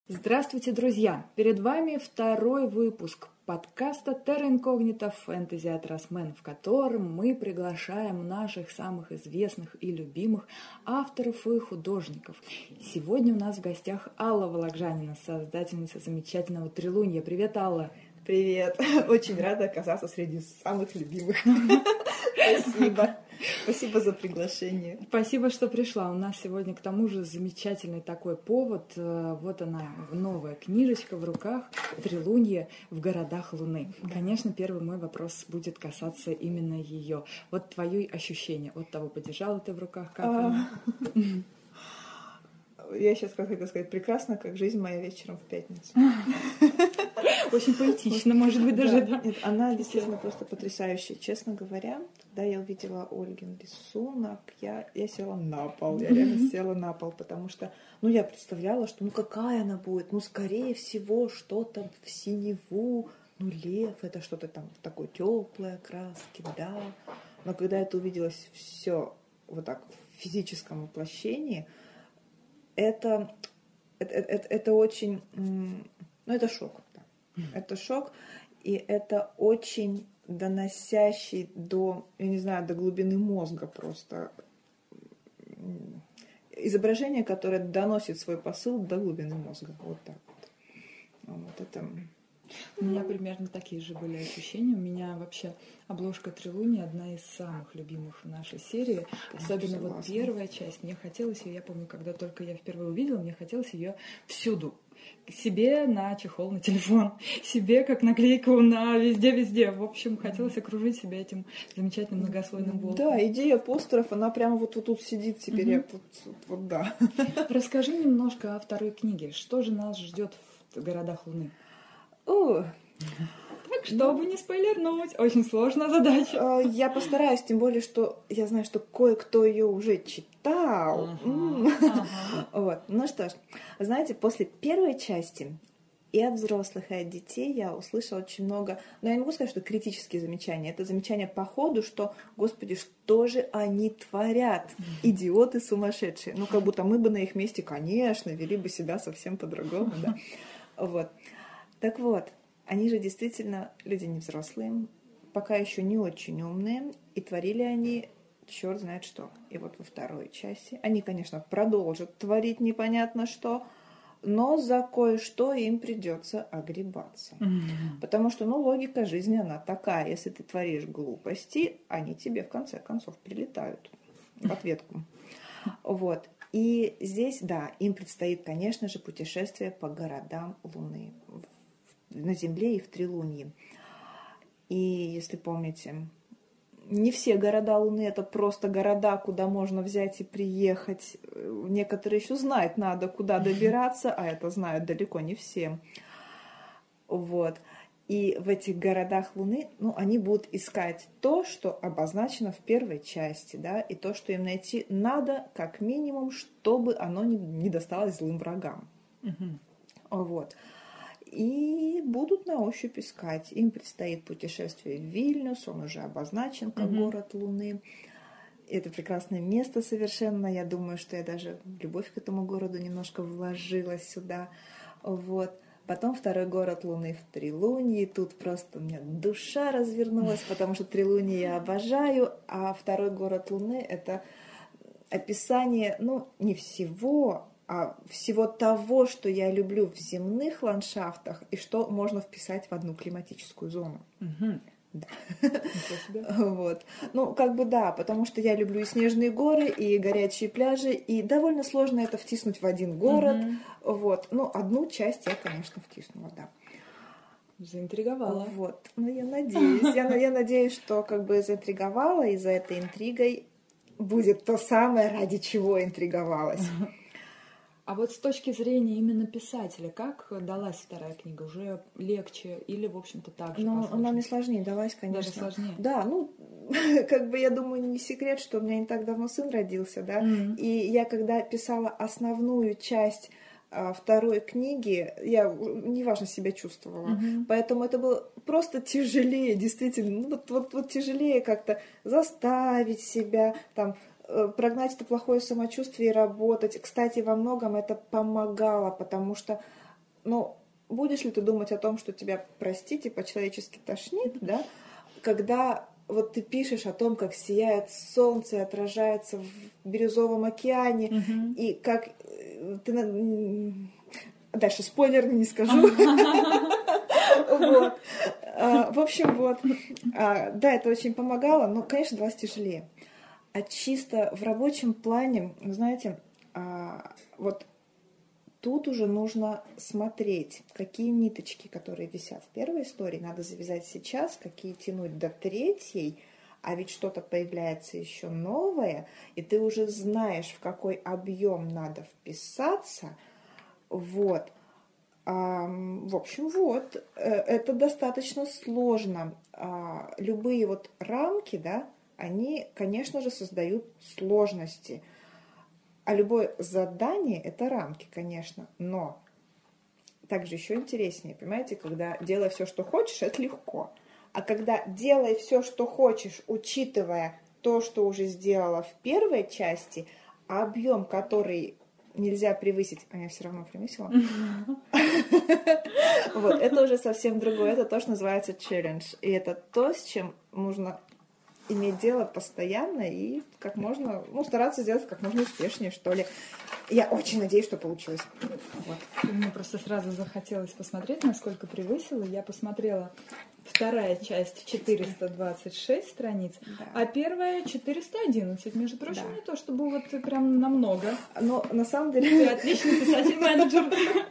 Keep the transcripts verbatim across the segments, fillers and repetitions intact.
Здравствуйте, друзья! Перед вами второй выпуск подкаста Terra Incognita Fantasy от Росмен, в котором мы приглашаем наших самых известных и любимых авторов и художников. Сегодня у нас в гостях Алла Вологжанина, создательница замечательного Трилунья. Привет, Алла! Привет! Очень рада оказаться среди самых любимых. Спасибо. Спасибо за приглашение. Спасибо, что пришла. У нас сегодня, к тому же, замечательный такой повод. Вот она, новая книжечка в руках, Трилунья в городах Луны. Конечно, первый мой вопрос будет касаться именно ее. Вот твои ощущения от того, подержала ты в руках, как она? Я сейчас хотела сказать, прекрасно, как жизнь моя вечером в пятницу. Очень поэтично, может быть, даже, да. Нет, она действительно просто потрясающая. Честно говоря, когда я увидела Ольгин рисунок, я, я села на пол. Я реально села на пол, потому что, ну, я представляла, что, ну, какая она будет? Ну, скорее всего, что-то в синеву. Ну, лев, это что-то там такое теплое, краски, да. Но когда это увиделось все вот так в физическом воплощении, это, это, это, это очень, ну, это шок. Это шок, и это очень доносящий до, я не знаю, до глубины мозга просто изображение, которое доносит свой посыл до глубины мозга. Вот так вот. Вот это... У меня примерно такие же были ощущения. У меня вообще обложка Трилуньи одна из самых любимых в нашей серии. Конечно, особенно согласна. Вот первая часть. Мне хотелось ее, я помню, когда только я впервые увидела, мне хотелось ее всюду. Себе на чехол, на телефон, себе как наклейку на везде-везде. В общем, хотелось окружить себя этим замечательным многослойным волком. Да, идея постеров, она прямо вот, вот тут сидит теперь. Угу. Вот, вот, вот, да. Расскажи немножко о второй книге. Что же нас ждет в городах Луны? О, так, чтобы не спойлернуть, очень сложная задача. Я постараюсь, тем более, что я знаю, что кое-кто ее уже читал. Ага, ага. Вот. Ну что ж, знаете, после первой части и от взрослых, и от детей я услышала очень много, но я не могу сказать, что критические замечания. Это замечания по ходу, что, господи, что же они творят? Идиоты сумасшедшие. Ну, как будто мы бы на их месте, конечно, вели бы себя совсем по-другому, да. Вот. Так вот, они же действительно люди не взрослые, пока еще не очень умные, и творили они черт знает что. И вот во второй части они, конечно, продолжат творить непонятно что, но за кое-что им придется огребаться. Mm-hmm. Потому что, ну, логика жизни, она такая. Если ты творишь глупости, они тебе в конце концов прилетают в ответку. Вот. И здесь, да, им предстоит, конечно же, путешествие по городам Луны, на Земле и в Трилуньи. И если помните, не все города Луны — это просто города, куда можно взять и приехать. Некоторые еще знать надо, куда добираться, а это знают далеко не все. Вот. И в этих городах Луны, ну, они будут искать то, что обозначено в первой части, да, и то, что им найти надо, как минимум, чтобы оно не, не досталось злым врагам. Mm-hmm. Вот. И будут на ощупь искать. Им предстоит путешествие в Вильнюс, он уже обозначен как mm-hmm. город Луны. Это прекрасное место совершенно. Я думаю, что я даже любовь к этому городу немножко вложила сюда. Вот. Потом второй город Луны в Трилуньи. Тут просто у меня душа развернулась, потому что Трилуньи я обожаю, а второй город Луны — это описание, ну, не всего, а всего того, что я люблю в земных ландшафтах и что можно вписать в одну климатическую зону. Угу. Да. Вот. Ну, как бы да, потому что я люблю и снежные горы, и горячие пляжи, и довольно сложно это втиснуть в один город. Угу. Вот. Ну, одну часть я, конечно, втиснула, да. Заинтриговала. Вот. Ну, я надеюсь. Я, я надеюсь, что как бы заинтриговала, и за этой интригой будет то самое, ради чего интриговалась. А вот с точки зрения именно писателя, как далась вторая книга? Уже легче или, в общем-то, так же? Ну, она мне сложнее далась, конечно. Даже сложнее? Да, ну, как бы, я думаю, не секрет, что у меня не так давно сын родился, да, mm-hmm. и я, когда писала основную часть а, второй книги, я неважно себя чувствовала, mm-hmm. поэтому это было просто тяжелее, действительно, ну, вот, вот, вот тяжелее как-то заставить себя, там, прогнать это плохое самочувствие и работать. Кстати, во многом это помогало, потому что но будешь ли ты думать о том, что тебя, простите, по-человечески тошнит, да, когда вот ты пишешь о том, как сияет солнце и отражается в бирюзовом океане, Мгм. и как ты... на- Дальше спойлер не скажу. Вот. А, В общем, вот. А, Да, это очень помогало, но, конечно, два тяжелее. А чисто в рабочем плане, вы знаете, а, вот тут уже нужно смотреть, какие ниточки, которые висят в первой истории, надо завязать сейчас, какие тянуть до третьей, а ведь что-то появляется еще новое, и ты уже знаешь, в какой объем надо вписаться. Вот. Ам, В общем, вот, э, это достаточно сложно. А, Любые вот рамки, да, они, конечно же, создают сложности. А любое задание — это рамки, конечно, но также еще интереснее, понимаете, когда делай все, что хочешь, это легко. А когда делай все, что хочешь, учитывая то, что уже сделала в первой части, а объем, который нельзя превысить, а я все равно превысила, вот, это уже совсем другое, это то, что называется челлендж. И это то, с чем нужно иметь дело постоянно и как можно, ну, стараться сделать как можно успешнее, что ли. Я очень надеюсь, что получилось. Вот. Мне просто сразу захотелось посмотреть, насколько превысила. Я посмотрела вторая часть четыреста двадцать шесть страниц, Да. а первая четыреста одиннадцать. Между прочим, Да. не то чтобы вот прям намного. Но на самом Ты деле, отличный писатель-менеджер.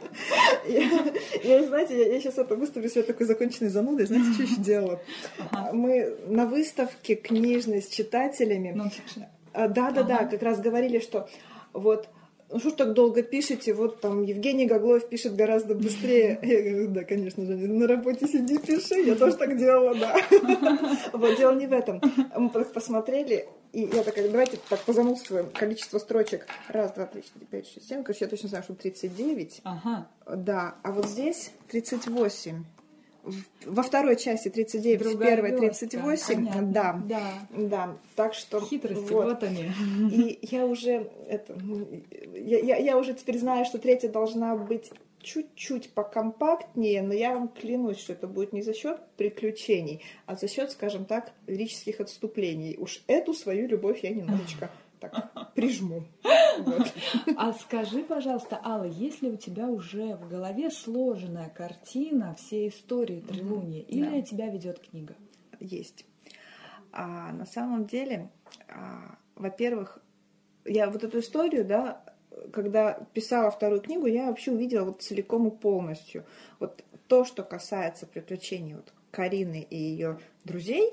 я, я, знаете, я, я сейчас это выставлю себя такой законченной занудой. Знаете, что еще делала? Ага. Мы на выставке книжной с читателями, Нонфикшн. а, да-да-да, Ага. как раз говорили, что вот ну что ж так долго пишете, вот там Евгений Гаглоев пишет гораздо быстрее. Я говорю, да, конечно же, на работе сиди, пиши, я тоже так делала, да. Вот, дело не в этом. Мы посмотрели, и я такая, давайте так позамутствуем количество строчек. Раз, два, три, четыре, пять, шесть, семь. Короче, я точно знаю, что тридцать девять. Ага. Да, а вот здесь тридцать восемь. Во второй части тридцать девять, в Другая первой верстка, тридцать восемь. понятно. Да, Да. да. Так что Хитрости, вот. вот они. И я уже это, я, я, я уже теперь знаю, что третья должна быть чуть-чуть покомпактнее, но я вам клянусь, что это будет не за счет приключений, а за счет, скажем так, лирических отступлений. Уж эту свою любовь я немножечко так прижму. Вот. А скажи, пожалуйста, Алла, есть ли у тебя уже в голове сложенная картина всей истории Трилунии, или Да. тебя ведет книга? Есть. А на самом деле, а, во-первых, я вот эту историю, да, когда писала вторую книгу, я вообще увидела вот целиком и полностью. Вот то, что касается приключений вот Карины и ее друзей,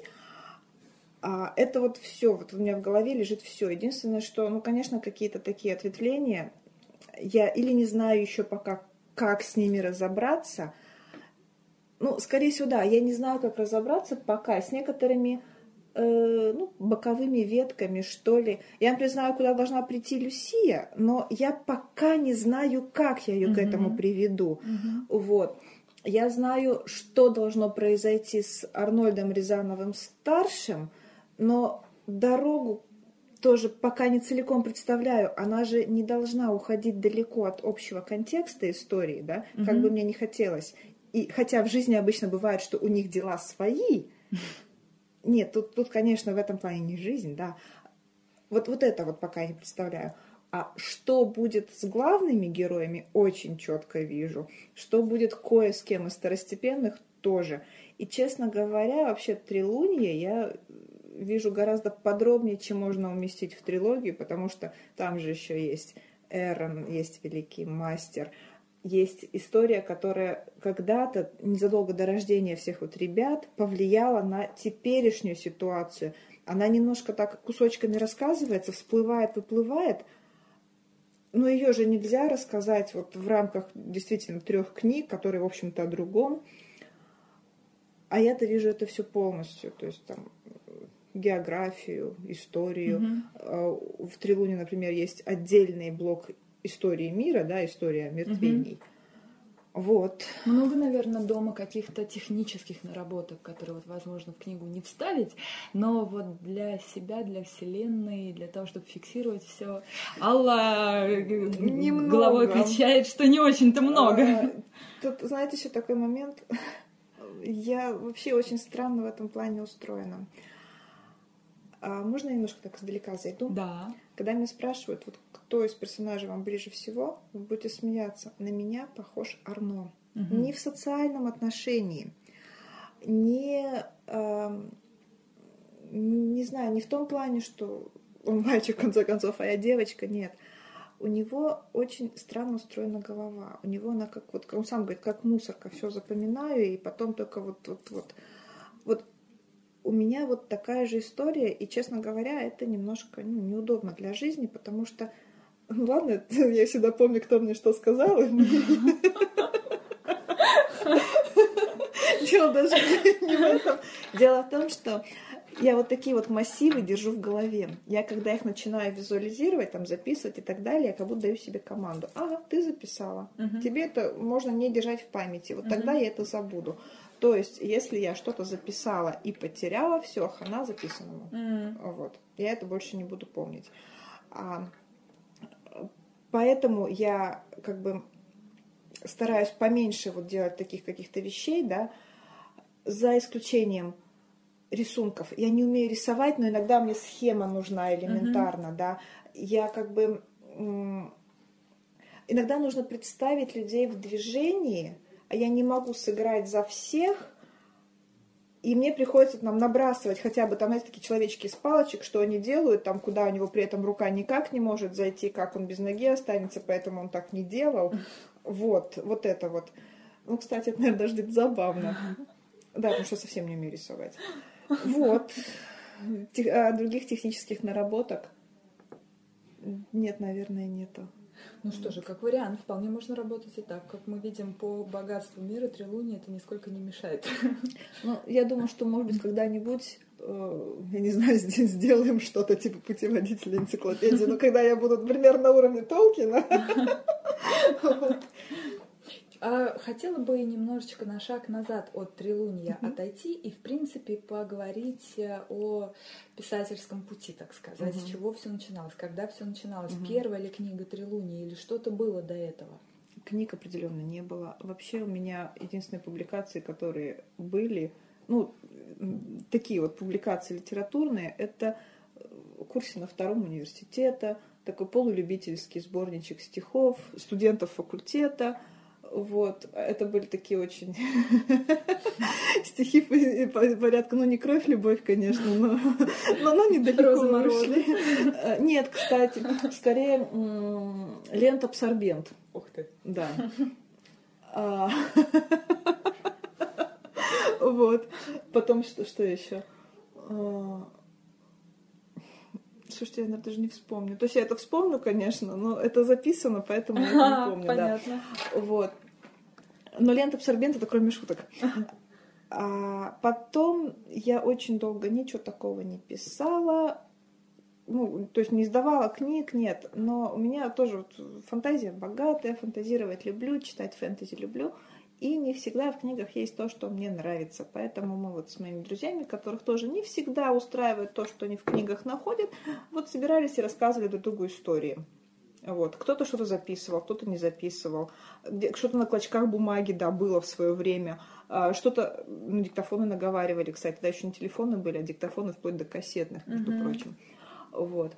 а, это вот все, вот у меня в голове лежит все. Единственное, что, ну, конечно, какие-то такие ответвления, я или не знаю еще пока, как с ними разобраться. Ну, скорее всего, да, я не знаю, как разобраться пока с некоторыми э, ну, боковыми ветками, что ли. Я, например, знаю, куда должна прийти Люсия, но я пока не знаю, как я ее Мгм. к этому приведу. Мгм. Вот. Я знаю, что должно произойти с Арнольдом Рязановым-старшим, но дорогу тоже пока не целиком представляю. Она же не должна уходить далеко от общего контекста истории, да, как Мгм. бы мне не хотелось. И хотя в жизни обычно бывает, что у них дела свои, нет, тут, тут, конечно, в этом плане не жизнь, да. Вот, вот это вот пока не представляю. А что будет с главными героями, очень четко вижу. Что будет кое с кем из второстепенных, тоже. И, честно говоря, вообще Трилунья я вижу гораздо подробнее, чем можно уместить в трилогию, потому что там же еще есть Эрон, есть Великий Мастер, есть история, которая когда-то, незадолго до рождения всех вот ребят, повлияла на теперешнюю ситуацию. Она немножко так кусочками рассказывается, всплывает, выплывает, но ее же нельзя рассказать вот в рамках действительно трех книг, которые, в общем-то, о другом. А я-то вижу это все полностью, то есть там географию, историю. Мгм. В Трилунии, например, есть отдельный блок истории мира, да, история мертвений. Вот. Много, наверное, дома каких-то технических наработок, которые, вот, возможно, в книгу не вставить, но вот для себя, для вселенной, для того, чтобы фиксировать все, Алла Немного. головой качает, что не очень-то много. А, Тут, знаете, еще такой момент. Я вообще очень странно в этом плане устроена. А можно я немножко так издалека зайду? Да. Когда меня спрашивают, вот кто из персонажей вам ближе всего, вы будете смеяться. На меня похож Арно. Угу. Не в социальном отношении, не, э, не знаю, не в том плане, что он мальчик, в конце концов, а я девочка. Нет. У него очень странно устроена голова. У него она как, вот он сам говорит, как мусорка, все запоминаю, и потом только вот, вот, вот. Вот у меня вот такая же история, и, честно говоря, это немножко ну, неудобно для жизни, потому что, ну ладно, я всегда помню, кто мне что сказал. Дело даже не в этом. Дело в том, что я вот такие вот массивы держу в голове. Я когда их начинаю визуализировать, там, записывать и так далее, я как будто даю себе команду. Ага, ты записала. Uh-huh. Тебе это можно не держать в памяти. Вот uh-huh. тогда я это забуду. То есть, если я что-то записала и потеряла, все, хана записанному. Uh-huh. Вот. Я это больше не буду помнить. А, поэтому я как бы стараюсь поменьше вот делать таких каких-то вещей, да, за исключением рисунков. Я не умею рисовать, но иногда мне схема нужна элементарно, uh-huh. да. Я как бы... М- иногда нужно представить людей в движении, а я не могу сыграть за всех, и мне приходится там набрасывать хотя бы там, знаете, такие человечки из палочек, что они делают, там, куда у него при этом рука никак не может зайти, как он без ноги останется, поэтому он так не делал. Вот, вот это вот. Ну, кстати, это, наверное, даже где-то забавно. Да, потому что совсем не умею рисовать. Вот. А других технических наработок нет, наверное, нету. Ну что же, как вариант, вполне можно работать и так. Как мы видим по богатству мира, Трилуния это нисколько не мешает. Ну, я думаю, что, может быть, когда-нибудь, э, я не знаю, здесь сделаем что-то типа путеводителя, энциклопедии, но когда я буду, например, на уровне Толкина. А хотела бы немножечко на шаг назад от Трилуния uh-huh. отойти и, в принципе, поговорить о писательском пути, так сказать, uh-huh. с чего все начиналось, когда все начиналось, uh-huh. первая ли книга Трилуния или что-то было до этого? Книг определенно не было. Вообще у меня единственные публикации, которые были, ну, такие вот публикации литературные, это в курсе на втором университета, такой полулюбительский сборничек стихов студентов факультета. Вот, это были такие очень стихи порядка, ну не кровь, любовь, конечно, но, но, но недалеко ушли. Нет, кстати, скорее лента абсорбент. Ух ты. Да. Вот. Потом что, что еще? Слушайте, я, наверное, даже не вспомню. То есть я это вспомню, конечно, но это записано, поэтому я это не помню. Понятно. Да. Вот. Но лента абсорбент — это кроме шуток. А потом я очень долго ничего такого не писала. Ну, то есть не издавала книг, нет. Но у меня тоже вот фантазия богатая, фантазировать люблю, читать фэнтези люблю. И не всегда в книгах есть то, что мне нравится. Поэтому мы вот с моими друзьями, которых тоже не всегда устраивает то, что они в книгах находят, вот собирались и рассказывали друг другу истории. Вот. Кто-то что-то записывал, кто-то не записывал. Что-то на клочках бумаги, да, было в свое время. Что-то на диктофоны наговаривали, кстати. Тогда еще не телефоны были, а диктофоны вплоть до кассетных, между mm-hmm. прочим. Вот.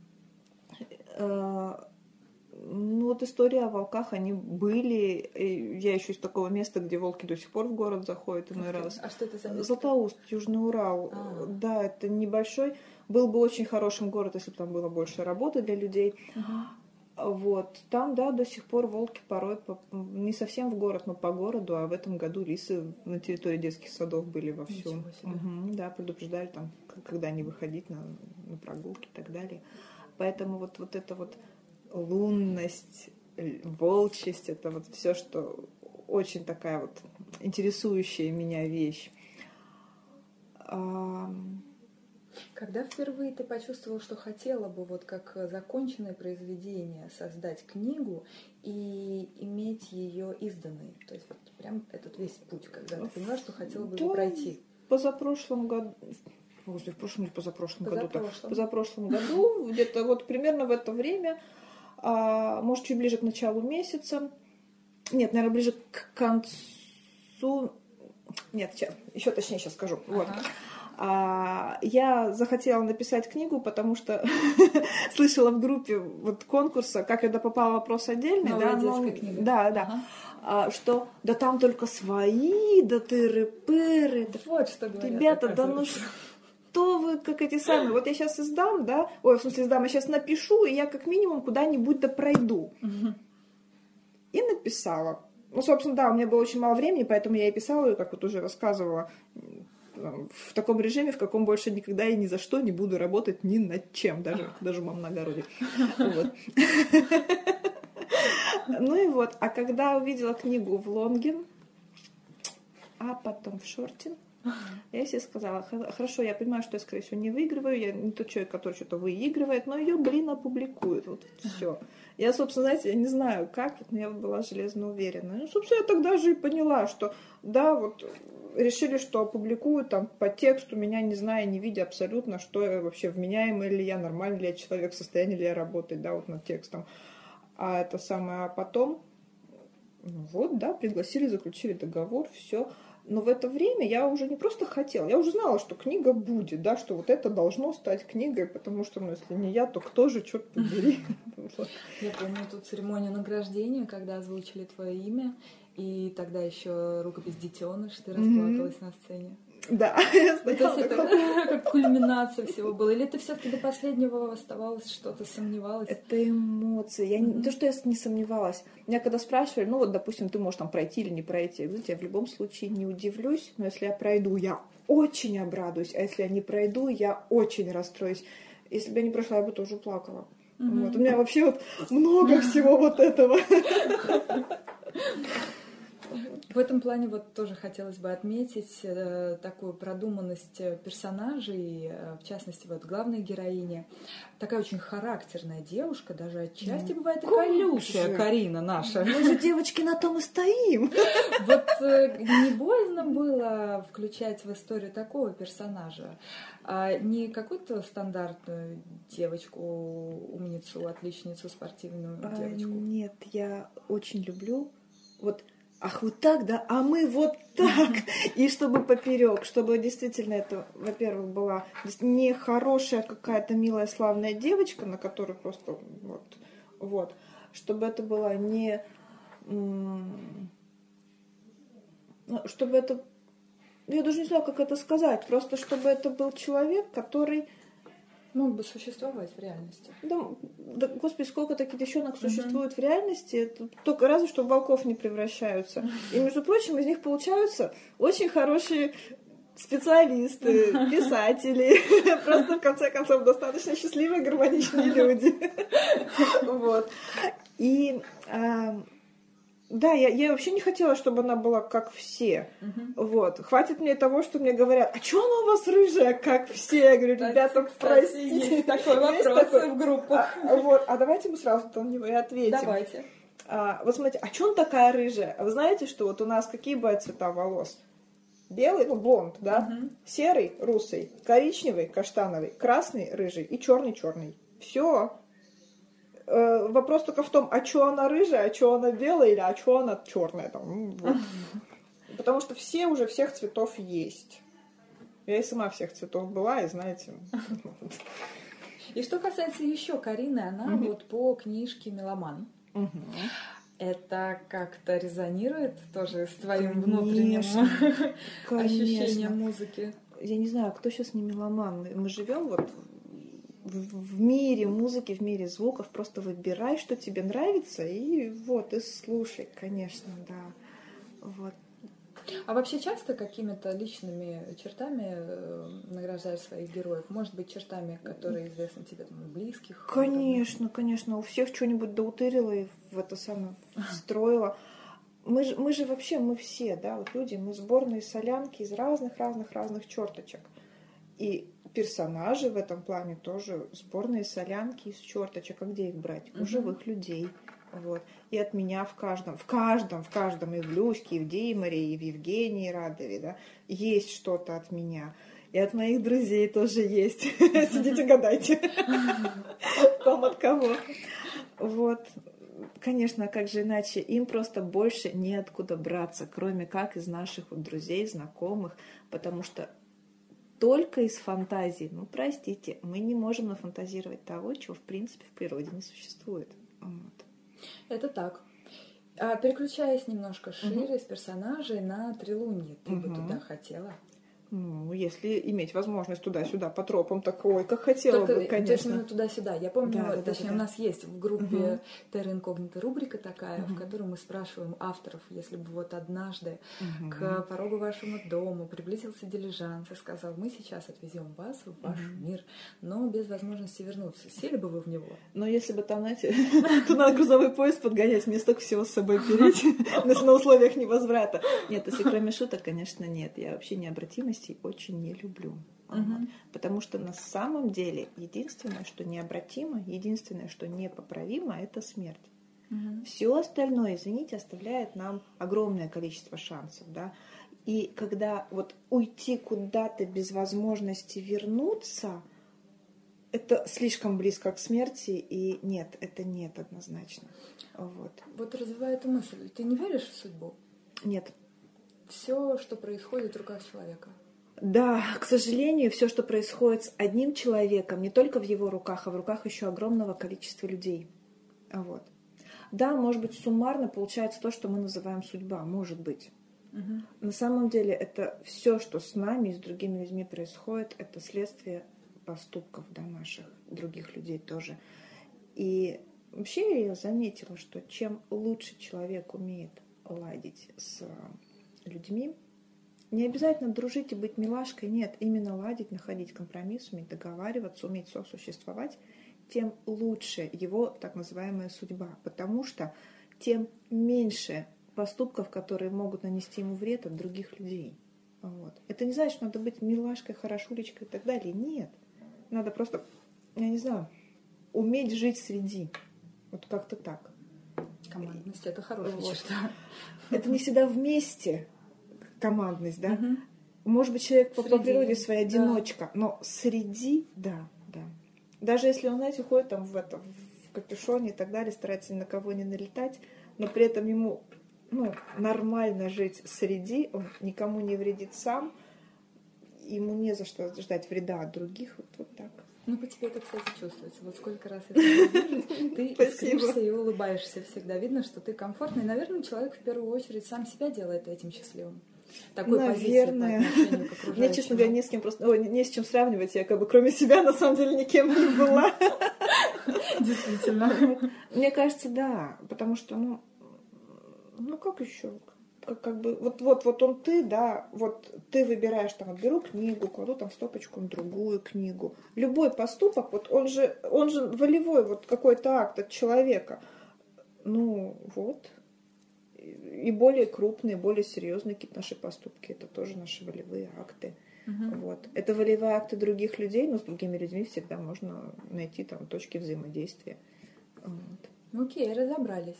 Ну, вот истории о волках, они были. Я еще из такого места, где волки до сих пор в город заходят иной okay. раз. А что это за место? Златоуст, Южный Урал. А. Да, это небольшой. Был бы очень хорошим город, если бы там было больше работы для людей. Uh-huh. Вот. Там, да, до сих пор волки порой, по... не совсем в город, но по городу, а в этом году лисы на территории детских садов были вовсю. Угу, да, предупреждали там, когда не выходить на, на прогулки и так далее. Поэтому вот, вот это вот лунность, волчесть, это вот все, что очень такая вот интересующая меня вещь. Когда впервые ты почувствовала, что хотела бы вот как законченное произведение создать книгу и иметь ее изданной? То есть вот прям этот весь путь, когда ты поняла, что хотела бы его да, пройти? Позапрошлом году... Господи, в прошлом или позапрошлом, позапрошлом году? Позапрошлом году, где-то вот примерно в это время, а, может, чуть ближе к началу месяца, Нет, наверное, ближе к концу... Нет, сейчас, еще точнее сейчас скажу. Ага. Вот. А, я захотела написать книгу, потому что слышала в группе вот конкурса, как это попал вопрос отдельный. Новая да, детская но... книга. Да, да. Ага. А, что да там только свои, да тыры-пыры. Да... Вот что говорят. Ребята, да ну что вы, как эти самые... Вот я сейчас издам, да? Ой, в смысле издам, я сейчас напишу, и я как минимум куда-нибудь да пройду. Угу. И написала. Ну, собственно, да, у меня было очень мало времени, поэтому я и писала, как вот уже рассказывала, в таком режиме, в каком больше никогда и ни за что не буду работать ни над чем, даже, даже мама на огороде. Ну и вот, а когда увидела книгу в Лонге, а потом в Шорте, я себе сказала, хорошо, я понимаю, что я, скорее всего, не выигрываю, я не тот человек, который что-то выигрывает, но ее, блин, опубликуют, вот все. Я, собственно, знаете, я не знаю, как, но я была железно уверена. Ну, собственно, я тогда же и поняла, что, да, вот, решили, что опубликуют там по тексту, меня не зная, не видя абсолютно, что я вообще вменяемый ли я, нормальный ли я человек, в состоянии ли я работать, да, вот над текстом. А это самое, а потом, вот, да, пригласили, заключили договор, все. Но в это время я уже не просто хотела, я уже знала, что книга будет, да, что вот это должно стать книгой, потому что, ну, если не я, то кто же, черт побери. Я помню ту церемонию награждения, когда озвучили твое имя, и тогда еще рукопись «Детеныш», ты расплакалась на сцене. Да, я стояла. То есть это как кульминация всего была? Или ты все-таки до последнего оставалась, что-то сомневалась? Это эмоции. Я mm-hmm. не то, что я не сомневалась. Меня когда спрашивали, ну вот, допустим, ты можешь там пройти или не пройти, я, знаете, я в любом случае не удивлюсь, но если я пройду, я очень обрадуюсь, а если я не пройду, я очень расстроюсь. Если бы я не прошла, я бы тоже плакала. Mm-hmm. Вот. У меня вообще вот много всего вот этого. В этом плане вот тоже хотелось бы отметить э, такую продуманность персонажей, э, в частности, вот главная героиня. Такая очень характерная девушка, даже отчасти ну, бывает и колючая Карина наша. Мы же, девочки, на том и стоим. Вот э, не боязно было включать в историю такого персонажа, а не какую-то стандартную девочку, умницу, отличницу, спортивную а, девочку? Нет, я очень люблю вот ах, вот так, да, а мы вот так. И чтобы поперек, чтобы действительно это, во-первых, была не хорошая какая-то милая, славная девочка, на которую просто вот, вот, чтобы это была не... Чтобы это... Я даже не знаю, как это сказать. Просто чтобы это был человек, который... Мог бы существовать в реальности. Да, да, господи, сколько таких девчонок uh-huh. существует в реальности, это только разве что в волков не превращаются. И, между прочим, из них получаются очень хорошие специалисты, uh-huh. писатели, просто, в конце концов, достаточно счастливые, гармоничные люди. Вот. И... Да, я, я вообще не хотела, чтобы она была как все. Uh-huh. Вот. Хватит мне того, что мне говорят, а что она у вас рыжая, как все? Я говорю, ребята, кстати, простите. Есть такой вопрос такой... в группах. А, вот. А давайте мы сразу на него и ответим. Давайте. А, вот смотрите, а что она такая рыжая? А вы знаете, что вот у нас какие бывают цвета волос? Белый, ну, блонд, да? Uh-huh. Серый, русый, коричневый, каштановый, красный, рыжий и черный, черный. Все. Вопрос только в том, а что она рыжая, а что она белая, или а что она черная. Там, вот. Потому что все уже всех цветов есть. Я и сама всех цветов была, и знаете. И что касается еще Карины, она угу. вот по книжке «Меломан». Угу. Это как-то резонирует тоже с твоим конечно, внутренним конечно. ощущением музыки? Я не знаю, кто сейчас не меломан. Мы живем вот в мире музыки, в мире звуков, просто выбирай, что тебе нравится, и вот, и слушай, конечно, да. Вот. А вообще часто какими-то личными чертами награждаешь своих героев? Может быть, чертами, которые известны тебе, там, близких? Конечно, конечно. У всех что-нибудь доутырила и в это самое встроила. Мы же, мы же вообще, мы все, да, вот люди, мы сборные солянки из разных-разных-разных черточек. И персонажи в этом плане тоже сборные солянки из черточек. А где их брать? У mm-hmm. живых людей. Вот. И от меня в каждом, в каждом, в каждом, и в Люське, и в Деймаре, и в Евгении Радове, да, есть что-то от меня. И от моих друзей тоже есть. Сидите, гадайте. Ком от кого. Вот. конечно, как же иначе, им просто больше неоткуда браться, кроме как из наших вот друзей, знакомых, потому что только из фантазии, ну, простите, мы не можем нафантазировать того, чего, в принципе, в природе не существует. Вот. Это так. А переключаясь немножко шире угу. с персонажей на Трилунье, ты угу. бы туда хотела? Ну, если иметь возможность туда-сюда по тропам, так ой, как хотела Только, бы, конечно. Точно туда-сюда. Я помню, да, да, точнее, да, да. у нас есть в группе угу. Terra Incognita рубрика такая, угу. в которой мы спрашиваем авторов, если бы вот однажды угу. к порогу вашему дому приблизился дилижанс и сказал, мы сейчас отвезем вас в ваш угу. мир, но без возможности вернуться. Сели бы вы в него? Но если бы там, знаете, то надо грузовой поезд подгонять, мне столько всего с собой переть на условиях невозврата. Нет, если кроме шуток, конечно, нет. Я вообще необратимость очень не люблю. Uh-huh. Потому что на самом деле единственное, что необратимо, единственное, что непоправимо, это смерть. Uh-huh. Все остальное, извините, оставляет нам огромное количество шансов. Да? И когда вот уйти куда-то без возможности вернуться, это слишком близко к смерти, и нет, это нет однозначно. Вот, вот развивая эту мысль, ты не веришь в судьбу? Нет. Все, что происходит в руках человека? Да, к сожалению, все, что происходит с одним человеком, не только в его руках, а в руках еще огромного количества людей. Вот. Да, может быть, суммарно получается то, что мы называем судьба, может быть. Угу. На самом деле это все, что с нами и с другими людьми происходит, это следствие поступков, да, наших, других людей тоже. И вообще я заметила, что чем лучше человек умеет ладить с людьми, не обязательно дружить и быть милашкой, нет, именно ладить, находить компромисс, уметь договариваться, уметь сосуществовать, тем лучше его так называемая судьба, потому что тем меньше поступков, которые могут нанести ему вред от других людей. Вот. Это не значит, что надо быть милашкой, хорошулечкой и так далее. Нет. Надо просто, я не знаю, уметь жить среди. Вот как-то так. Командность — это хорошая вот. черта. Это не всегда вместе. Командность, да? Угу. Может быть, человек по, Среди, по природе своей одиночка, да. но среди, да, да. Даже если он, знаете, ходит там в, это, в капюшоне и так далее, старается ни на кого не налетать, но при этом ему ну, нормально жить среди, он никому не вредит сам, ему не за что ждать вреда от других, вот, вот так. Ну, по тебе это, кстати, чувствуется. Вот сколько раз я тебя вижу, ты искришься и улыбаешься всегда. Видно, что ты комфортный. Наверное, человек в первую очередь сам себя делает этим счастливым. Такой Наверное. Позиции по отношению к окружающим. Мне, честно говоря, не с кем просто, ой, не с чем сравнивать. Я как бы кроме себя на самом деле никем не была. Действительно. Мне кажется, да. Потому что, ну, ну как еще? Как, как бы, вот, вот, вот он ты, да, вот ты выбираешь, там, беру книгу, кладу там в стопочку другую книгу. Любой поступок, вот он же, он же волевой, вот какой-то акт от человека. Ну, вот. И более крупные, более серьезные какие-то наши поступки, это тоже наши волевые акты. Uh-huh. Вот. Это волевые акты других людей, но с другими людьми всегда можно найти там точки взаимодействия. Вот. Окей, разобрались.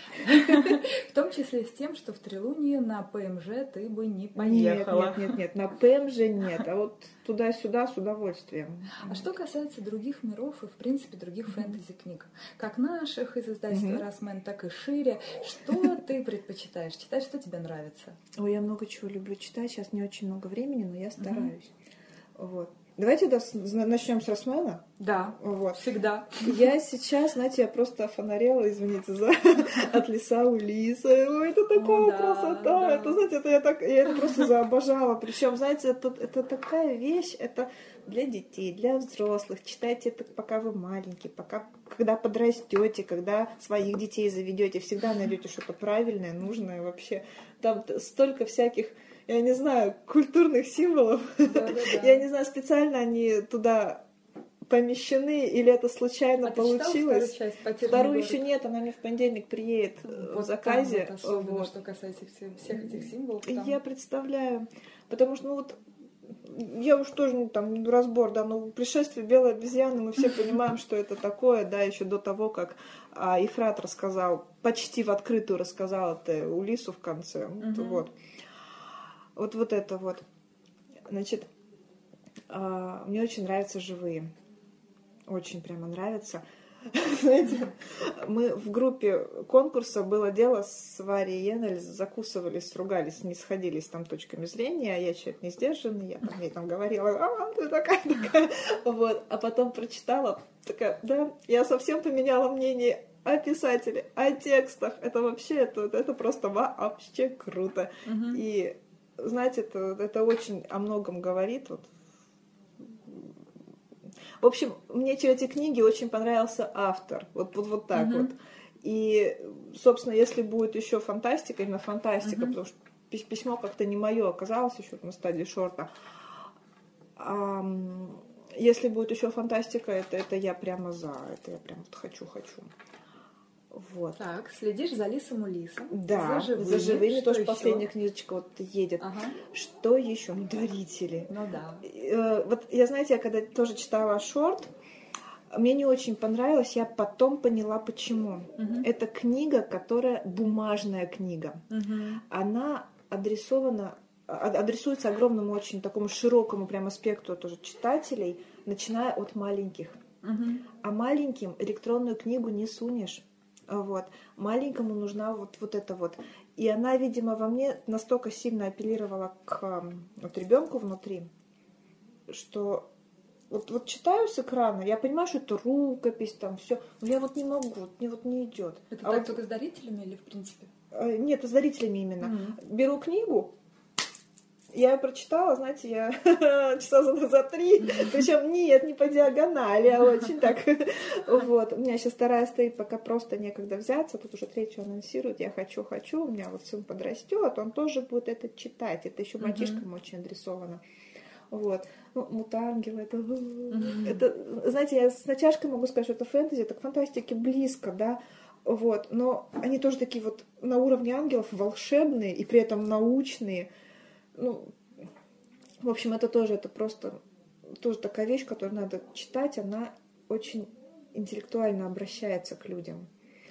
В том числе с тем, что в Трилунии на ПМЖ ты бы не поехала. Нет, нет, нет, нет, на ПМЖ нет, а вот туда-сюда с удовольствием. А что касается других миров и, в принципе, других фэнтези-книг, как наших из издательства «Росмен», так и шире, что ты предпочитаешь читать, что тебе нравится? Ой, я много чего люблю читать, сейчас не очень много времени, но я стараюсь. Вот. Давайте да, начнем с Росмена. Да, вот. Всегда. Я сейчас, знаете, я просто фонарела, извините, за от лица Улиса. Ой, это такая О, да, красота. Да. Это, знаете, это я так, я это просто заобожала. Причем, знаете, это, это такая вещь, это для детей, для взрослых. Читайте это, пока вы маленькие, пока, когда подрастете, когда своих детей заведете, всегда найдете что-то правильное, нужное вообще. Там столько всяких, я не знаю, культурных символов. Да, да, да. Я не знаю, специально они туда помещены или это случайно а получилось. Ты часть, Вторую город? еще нет, она мне в понедельник приедет вот в заказе. Там вот особенно, вот. Что касается всех, всех этих символов. Там... Я представляю, потому что ну вот я уж тоже ну, там разбор, да, но пришествие белой обезьяны, мы все понимаем, что это такое, да, еще до того, как а, Ефрат рассказал, почти в открытую рассказал это Улису в конце. Uh-huh. Вот. Вот, вот это вот. Значит, а, мне очень нравятся живые. Очень прямо нравится. Знаете, мы в группе конкурса было дело с Варей Енель, закусывались, ругались, не сходились там точками зрения, а я человек не сдержанный, я там ей там говорила, а, ты такая, такая, вот, а потом прочитала, такая, да, я совсем поменяла мнение о писателе, о текстах, это вообще, это, это просто вообще круто, Угу. и, знаете, это, это очень о многом говорит, вот. В общем, мне через эти книги очень понравился автор. Вот, вот, вот так Uh-huh. вот. И, собственно, если будет еще фантастика, именно фантастика, uh-huh. потому что письмо как-то не мое оказалось еще на стадии шорта. А, если будет еще фантастика, это, это я прямо за. Это я прям вот хочу-хочу. Вот. Так, следишь за Лисом Улисом. Да, за живыми. За живыми что тоже еще? Последняя книжечка вот едет. Ага. Что еще? Дарители. Ну да. Вот я, знаете, я когда тоже читала шорт, мне не очень понравилось, я потом поняла, почему. Угу. Это книга, которая бумажная книга. Угу. Она адресована, адресуется огромному, очень такому широкому прямо спектру тоже читателей, начиная от маленьких. Угу. А маленьким электронную книгу не сунешь. Вот. Маленькому нужна вот, вот это вот. И она, видимо, во мне настолько сильно апеллировала к вот, ребенку внутри, что вот, вот читаю с экрана, я понимаю, что это рукопись, там все, но я вот не могу, вот, мне вот не идет. Это а так вот, только с дарителями или в принципе? Нет, с дарителями именно. Mm-hmm. Беру книгу, я ее прочитала, знаете, я часа за, за три, mm-hmm. причем нет, не по диагонали, а очень так. Вот. У меня сейчас вторая стоит, пока просто некогда взяться, тут уже третью анонсируют, я хочу, хочу, у меня вот сын подрастет, он тоже будет это читать, это еще мальчишкам mm-hmm. очень адресовано. Вот. Ну, Мутангелы, это... Mm-hmm. это... Знаете, я с натяжкой могу сказать, что это фэнтези, это к фантастике близко, да, вот. Но они тоже такие вот на уровне ангелов волшебные и при этом научные. Ну, в общем, это тоже, это просто тоже такая вещь, которую надо читать, она очень интеллектуально обращается к людям.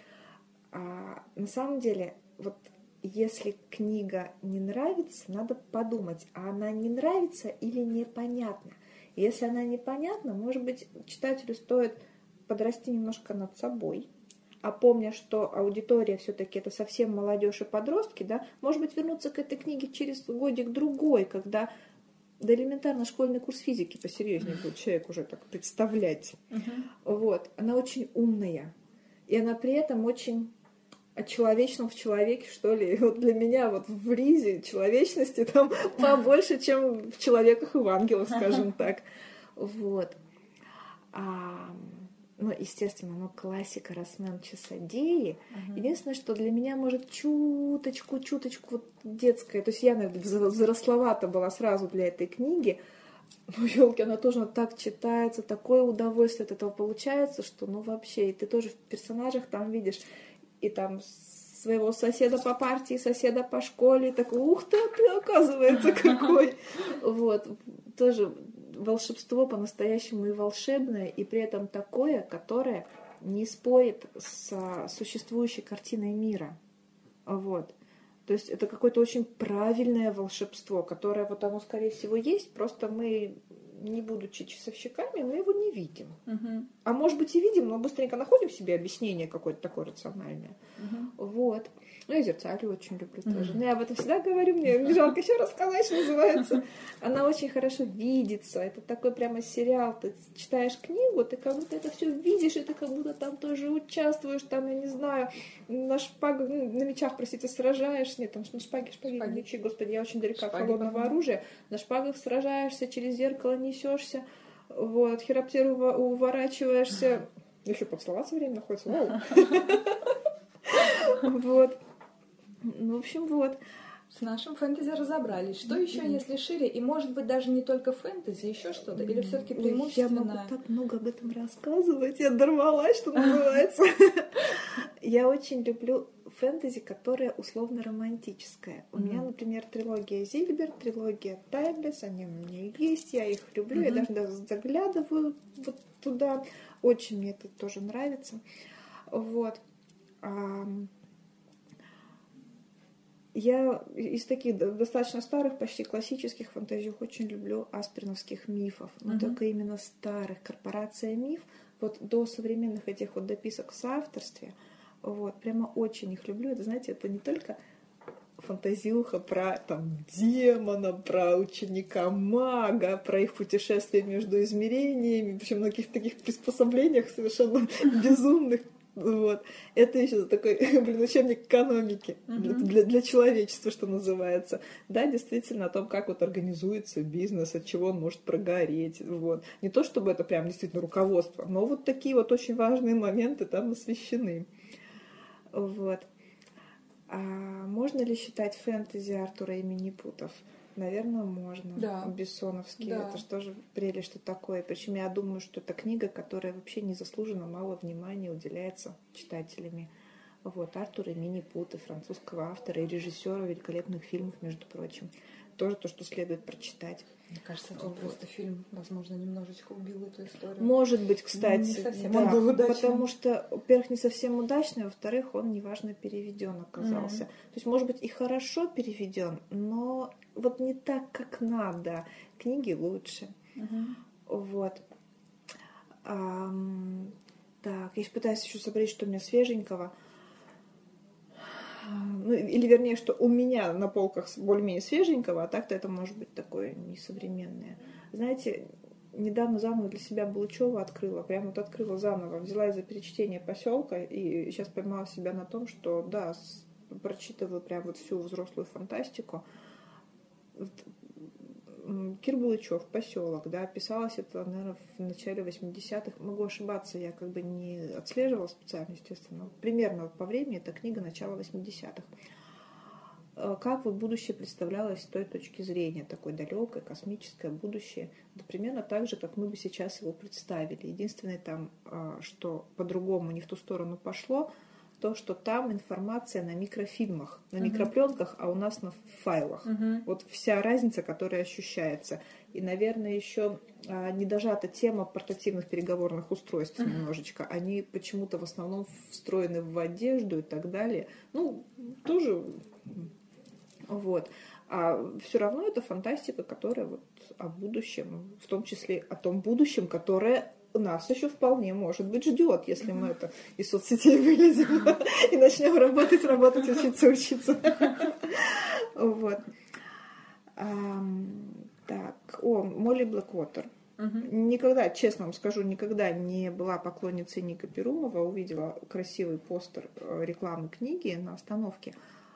А на самом деле, вот если книга не нравится, надо подумать, а она не нравится или непонятна. Если она непонятна, может быть, читателю стоит подрасти немножко над собой, а помня, что аудитория все-таки это совсем молодежь и подростки, да, может быть, вернуться к этой книге через годик-другой, когда да элементарно школьный курс физики посерьезнее будет человек уже так представлять. Uh-huh. Вот. Она очень умная. И она при этом очень о человечном в человеке, что ли. Вот для меня вот в Ризе человечности там побольше, чем в человеках и в ангелах, скажем так. Вот. А... Ну, естественно, ну, классика Росмен Часодеи. Uh-huh. Единственное, что для меня, может, чуточку, чуточку вот детская. То есть я, наверное, взрословата была сразу для этой книги. Ну, ёлки, она тоже так читается, такое удовольствие от этого получается, что, ну, вообще, и ты тоже в персонажах там видишь, и там своего соседа по партии, соседа по школе, и такой, ух ты, ты, оказывается, какой. Вот, тоже... волшебство по-настоящему и волшебное, и при этом такое, которое не спорит с существующей картиной мира. Вот. То есть это какое-то очень правильное волшебство, которое вот оно, скорее всего, есть, просто мы, не будучи часовщиками, мы его не видим. Uh-huh. А может быть и видим, но быстренько находим себе объяснение какое-то такое рациональное. Uh-huh. Вот. Ну, я «Зерцалию» очень люблю Uh-huh. тоже. Но я об этом всегда говорю, мне не жалко еще рассказать, что называется. Она очень хорошо видится. Это такой прямо сериал. Ты читаешь книгу, ты как будто это все видишь, и ты как будто там тоже участвуешь, там, я не знаю, на шпагах, ну, на мечах, простите, сражаешься. Нет, там на шпаге, шпаги, шпаги. Мечи, господи, я очень далека от холодного оружия. На шпагах сражаешься, через зеркало несешься, вот, хироптер уворачиваешься. Еще поцеловаться время находится. Вот. Ну, в общем, вот. С нашим фэнтези разобрались. Что еще, если шире? И, может быть, даже не только фэнтези, еще что-то? Или все-таки преимущественно... Я могу так много об этом рассказывать. Я дорвалась, что называется. Я очень люблю фэнтези, которое условно романтическое. У меня, например, трилогия Зильбер, трилогия Таймлесс, они у меня есть, я их люблю. Я даже заглядываю вот туда. Очень мне это тоже нравится. Вот. Я из таких достаточно старых, почти классических фантазий очень люблю асприновских мифов. Но mm-hmm. только именно старых. Корпорация Миф вот до современных этих вот дописок в соавторстве, вот, прямо очень их люблю. Это, знаете, это не только фантазиуха про там демона, про ученика-мага, про их путешествия между измерениями, причем на каких-то таких приспособлениях совершенно безумных. Вот. Это еще такой, блин, учебник экономики для, для, для человечества, что называется. Да, действительно, о том, как вот организуется бизнес, от чего он может прогореть. Вот. Не то, чтобы это прям действительно руководство, но вот такие вот очень важные моменты там освещены. Вот. А можно ли считать фэнтези Артура и Минипутов? Наверное, можно. Да. Бессоновский. Да. Это же тоже прелесть, что такое. Причем я думаю, что это книга, которая вообще незаслуженно мало внимания уделяется читателями. Вот. Артур и Минипуты, французского автора и режиссера великолепных фильмов, между прочим. Тоже то, что следует прочитать. Мне кажется, это вот. Просто фильм, возможно, немножечко убил эту историю. Может быть, кстати. Не совсем да, он был удачным. Потому что, во-первых, не совсем удачный, во-вторых, он неважно переведен оказался. Mm-hmm. То есть, может быть, и хорошо переведен, но вот не так, как надо. Книги лучше. Mm-hmm. Вот. А, так, я пытаюсь еще собрать, что у меня свеженького. Ну, или вернее, что у меня на полках более-менее свеженького, а так-то это может быть такое несовременное. Знаете, недавно заново для себя Булычева открыла, прям вот открыла заново, взялась за перечтение «Поселка» и сейчас поймала себя на том, что да, прочитываю прям вот всю взрослую фантастику. Кир Булычев, «Поселок», да, писалось это, наверное, в начале восьмидесятых. Могу ошибаться, я как бы не отслеживала специально, естественно. Примерно по времени эта книга начала восьмидесятых. Как вот будущее представлялось с той точки зрения, такое далекое, космическое будущее, да, примерно так же, как мы бы сейчас его представили. Единственное там, что по-другому не в ту сторону пошло, то, что там информация на микрофильмах, на uh-huh. микропленках, а у нас на файлах. Uh-huh. Вот вся разница, которая ощущается. И, наверное, еще а, не дожата тема портативных переговорных устройств uh-huh. немножечко. Они почему-то в основном встроены в одежду и так далее. Ну, тоже вот. А все равно это фантастика, которая вот о будущем, в том числе о том будущем, которое нас еще вполне, может быть, ждет, если мы это из соцсетей вылезем и начнем работать, работать, учиться, учиться. Вот. Так, о, Молли Блэквотер. Никогда, честно вам скажу, никогда не была поклонницей Ника Перумова, увидела красивый постер рекламы книги на остановке,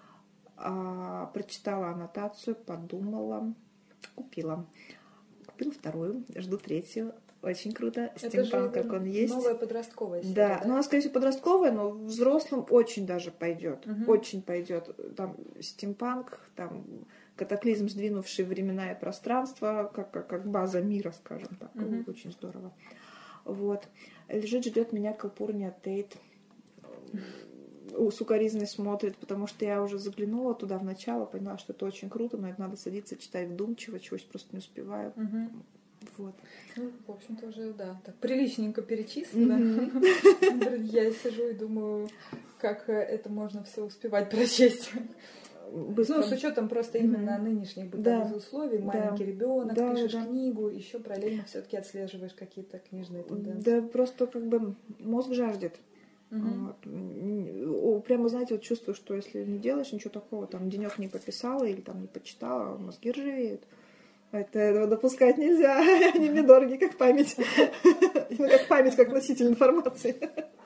прочитала аннотацию, подумала, купила. Купила вторую, жду третью. Очень круто. Стимпанк, как он есть. Новая подростковая серия. Да, да? ну она, скорее всего, подростковая, но взрослым очень даже пойдет. Угу. Очень пойдет. Там стимпанк, там катаклизм, сдвинувший времена и пространство, как, как, как база мира, скажем так. Угу. Очень здорово. Вот. Лежит, ждет меня Калпурния Тейт. Сукаризный смотрит, потому что я уже заглянула туда в начало, поняла, что это очень круто, но это надо садиться, читать вдумчиво, чего я просто не успеваю. Угу. Вот. Ну, в общем-то, уже, да, так приличненько перечислено. Mm-hmm. Я сижу и думаю, как это можно все успевать прочесть. Быстро. Ну, с учетом просто именно mm-hmm. нынешних бытовых да. условий, маленький да. ребенок, да, пишешь да. книгу, еще параллельно все-таки отслеживаешь какие-то книжные тенденции. Да, просто как бы мозг жаждет. Mm-hmm. Вот. Прямо, знаете, вот чувствую, что если не делаешь ничего такого, там денек не пописала или там не почитала, мозги ржавеют. Это, этого допускать нельзя. Они мне дороги, как память. Ну, как память, как носитель информации.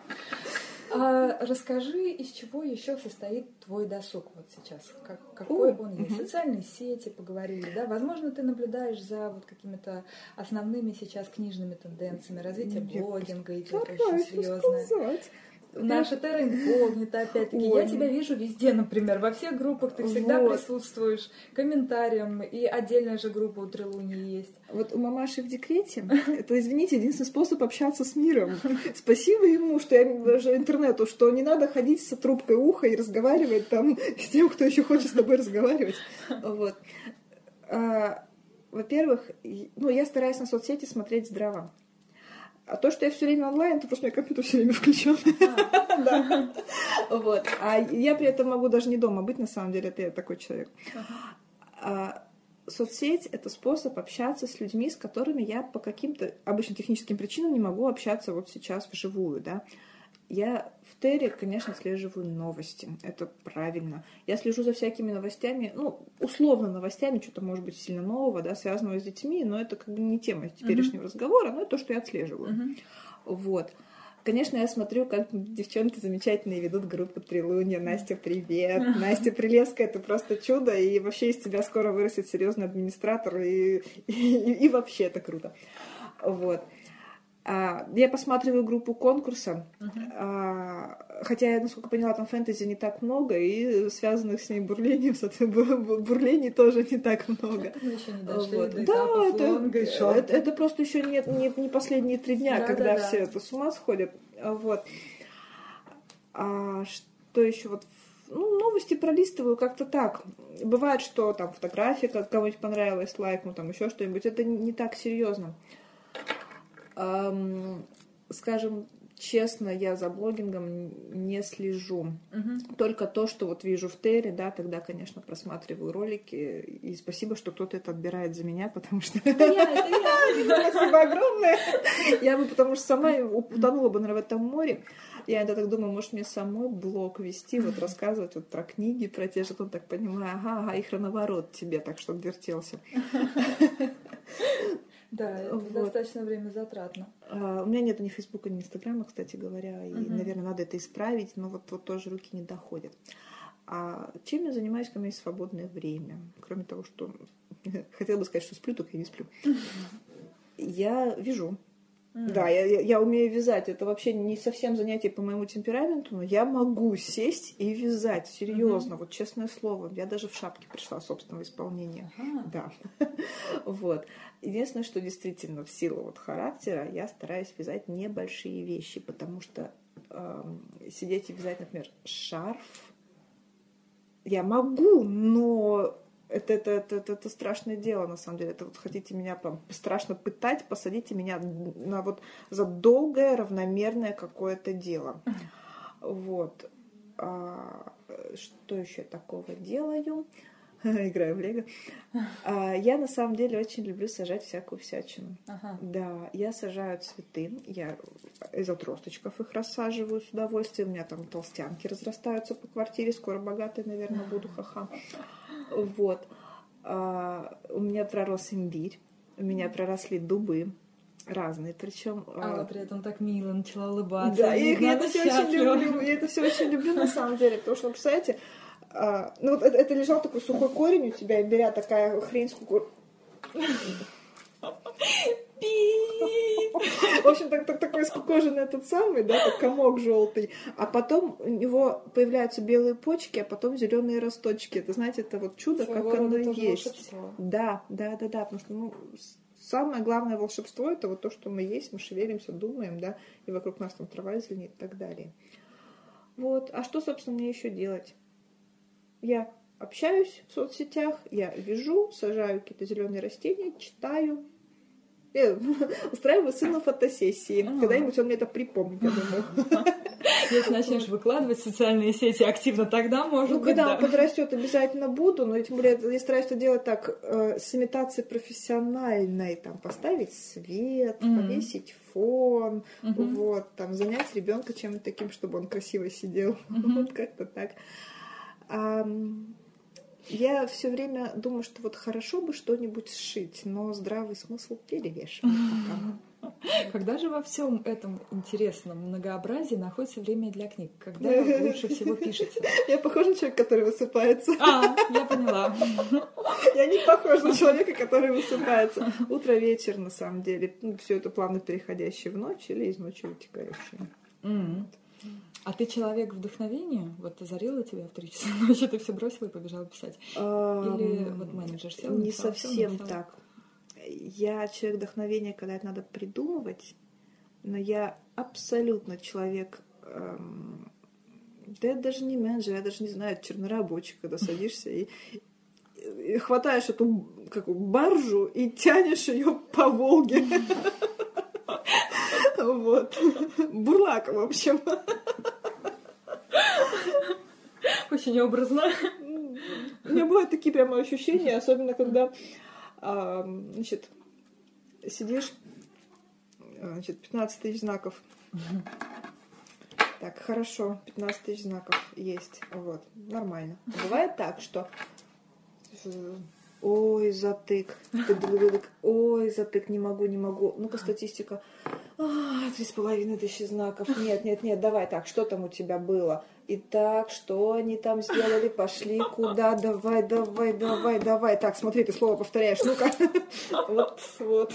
А расскажи, из чего еще состоит твой досуг вот сейчас? Как, какой О, он есть? Угу. Социальные сети, поговорили, да? Возможно, ты наблюдаешь за вот какими-то основными сейчас книжными тенденциями. Развитие Я блогинга идет очень серьезное. Наша терра инкогнита, опять-таки. Ой. Я тебя вижу везде, например, во всех группах ты всегда вот. присутствуешь, комментариям, и отдельная же группа у Трелуни есть. Вот у мамаши в декрете, это, извините, единственный способ общаться с миром. Спасибо ему, что я даже интернету, что не надо ходить с трубкой уха и разговаривать там с тем, кто еще хочет с тобой разговаривать. Вот. А, во-первых, ну, я стараюсь на соцсети смотреть здраво. А то, что я все время онлайн, то просто у меня компьютер все время включен. А. Да. Вот. А я при этом могу даже не дома быть, на самом деле, это я такой человек. Ага. А, соцсеть — это способ общаться с людьми, с которыми я по каким-то обычно техническим причинам не могу общаться вот сейчас вживую, да. Я в Терре, конечно, отслеживаю новости. Это правильно. Я слежу за всякими новостями, ну, условно новостями, что-то может быть сильно нового, да, связанного с детьми, но это как бы не тема теперешнего mm-hmm. разговора, но это то, что я отслеживаю. Mm-hmm. Вот. Конечно, я смотрю, как девчонки замечательные ведут группу Трилунья. Настя, привет! Mm-hmm. Настя Прилевская, это просто чудо, и вообще из тебя скоро вырастет серьезный администратор, и, и, и, и вообще это круто. Вот. Я посматриваю группу конкурса, uh-huh. хотя я, насколько поняла, там фэнтези не так много, и связанных с ней бурлений, бурлений тоже не так много. Мы еще не дошли вот. до да, это, лонга, это, это просто еще не, не, не последние три дня, да, когда да, все да. это с ума сходят. Вот. А что еще вот? Ну, новости пролистываю как-то так. Бывает, что там фотография как кому-нибудь понравилась, лайк, ну там еще что-нибудь. Это не так серьезно. Эм, скажем честно, я за блогингом не слежу. Uh-huh. Только то, что вот вижу в Терре, да, тогда, конечно, просматриваю ролики. И спасибо, что кто-то это отбирает за меня, потому что... Это я, это я! Спасибо огромное! Я бы, потому что сама утонула бы, наверное, в этом море. Я иногда так думаю, может, мне самой блог вести, вот рассказывать вот про книги, про те же, он так понимаю, ага, ага, их наоборот тебе, так что вертелся. Да, это вот. Достаточно время затратно. А, у меня нет ни Фейсбука, ни Инстаграма, кстати говоря, и, uh-huh. наверное, надо это исправить, но вот, вот тоже руки не доходят. А чем я занимаюсь, когда у меня есть свободное время? Кроме того, что... Хотела бы сказать, что сплю, только я не сплю. Uh-huh. Я вяжу. Uh-huh. Да, я, я, я умею вязать. Это вообще не совсем занятие по моему темпераменту, но я могу сесть и вязать. Серьезно, uh-huh. вот честное слово. Я даже в шапке пришла собственного исполнения. Uh-huh. Да. Вот. Единственное, что действительно в силу вот характера я стараюсь вязать небольшие вещи, потому что э, сидеть и вязать, например, шарф я могу, но это, это, это, это, это страшное дело, на самом деле. Это вот хотите меня там страшно пытать, посадите меня на вот за долгое, равномерное какое-то дело. Вот. А, что еще я такого делаю? Играю в лего. А, я на самом деле очень люблю сажать всякую всячину. Ага. Да, я сажаю цветы, я из отросточков их рассаживаю с удовольствием. У меня там толстянки разрастаются по квартире, скоро богатая, наверное, буду, ха-ха. Вот. А, у меня пророс имбирь, у меня проросли дубы. Разные, причем. А, а при этом так мило начала улыбаться. Да, и я это все очень люблю. Я это все очень люблю на самом деле, потому что, представляете, а, ну вот это, это лежал такой сухой корень у тебя, беря такая хрень скуку. В общем, так, так, такой скукоженный этот самый, да, как комок желтый. А потом у него появляются белые почки, а потом зеленые росточки. Это, знаете, это вот чудо, своего как оно есть. Волшебство. Да, да, да, да. Потому что, ну, самое главное волшебство — это вот то, что мы есть, мы шевелимся, думаем, да, и вокруг нас там трава зеленеет и так далее. Вот. А что, собственно, мне еще делать? Я общаюсь в соцсетях, я вяжу, сажаю какие-то зеленые растения, читаю. Я устраиваю сыну фотосессии. А-а-а. Когда-нибудь он мне это припомнит, я думаю. Если начнешь выкладывать в социальные сети активно, тогда может ну, быть, когда да. он подрастет, обязательно буду, но тем более я стараюсь это делать так, э, с имитацией профессиональной, там, поставить свет, mm-hmm. повесить фон, mm-hmm. вот, там, занять ребенка чем-то таким, чтобы он красиво сидел. Mm-hmm. Вот как-то так. А, я все время думаю, что вот хорошо бы что-нибудь сшить, но здравый смысл перевешивает пока. Когда же во всем этом интересном многообразии находится время для книг? Когда лучше всего пишете? Я похожа на человека, который высыпается. А, я поняла. Я не похожа на человека, который высыпается. Утро, вечер, на самом деле. Ну, все это плавно переходящее в ночь или из ночи вытекающее. Mm. А ты человек вдохновения? Вот озарила тебя в три часа ночи, ты все бросила и побежала писать? Или вот менеджер сел? Не совсем так. Я человек вдохновения, когда это надо придумывать, но я абсолютно человек, эм, да я даже не менеджер, я даже не знаю, чернорабочий, когда садишься и, и хватаешь эту как, баржу и тянешь ее по Волге. Вот. Бурлак, в общем. Очень образно. Ну, меня бывают такие прямо ощущения, особенно когда, значит, сидишь, значит, пятнадцать тысяч знаков. Так, хорошо, пятнадцать тысяч знаков есть, вот, нормально. Бывает так, что ой, затык, ой, затык, не могу, не могу. Ну-ка, статистика. Три с половиной тысячи знаков. Нет, нет, нет, давай так, что там у тебя было? Итак, что они там сделали? Пошли куда? Давай, давай, давай, давай. Так, смотри, ты слово повторяешь. Ну-ка. Вот, вот.